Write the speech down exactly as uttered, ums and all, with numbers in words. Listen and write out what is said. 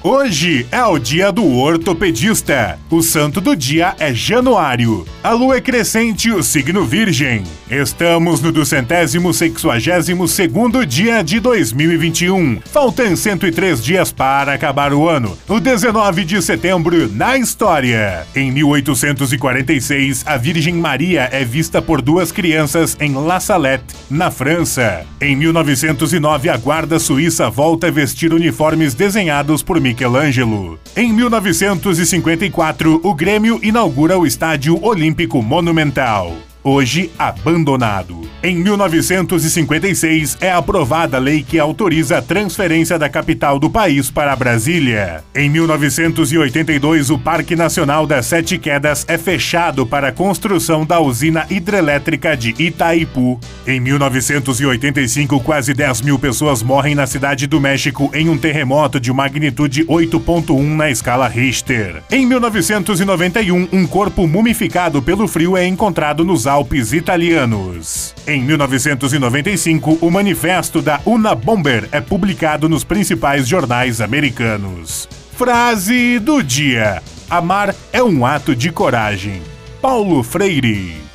Hoje é o dia do ortopedista. O santo do dia é Januário. A lua é crescente, o signo Virgem. Estamos no duzentésimo sexuagésimo segundo dia de dois mil e vinte e um. Faltam cento e três dias para acabar o ano. O dezenove de setembro na história. Em mil oitocentos e quarenta e seis, a Virgem Maria é vista por duas crianças em La Salette, na França. Em mil novecentos e nove, a Guarda Suíça volta a vestir uniformes desenhados por Michelangelo. Em mil novecentos e cinquenta e quatro, o Grêmio inaugura o Estádio Olímpico Monumental, hoje abandonado. Em mil novecentos e cinquenta e seis, é aprovada a lei que autoriza a transferência da capital do país para Brasília. Em mil novecentos e oitenta e dois, o Parque Nacional das Sete Quedas é fechado para a construção da usina hidrelétrica de Itaipu. Em mil novecentos e oitenta e cinco, quase dez mil pessoas morrem na Cidade do México em um terremoto de magnitude oito ponto um na escala Richter. Em mil novecentos e noventa e um, um corpo mumificado pelo frio é encontrado nos Alpes italianos. Em mil novecentos e noventa e cinco, o manifesto da Unabomber é publicado nos principais jornais americanos. Frase do dia: amar é um ato de coragem. Paulo Freire.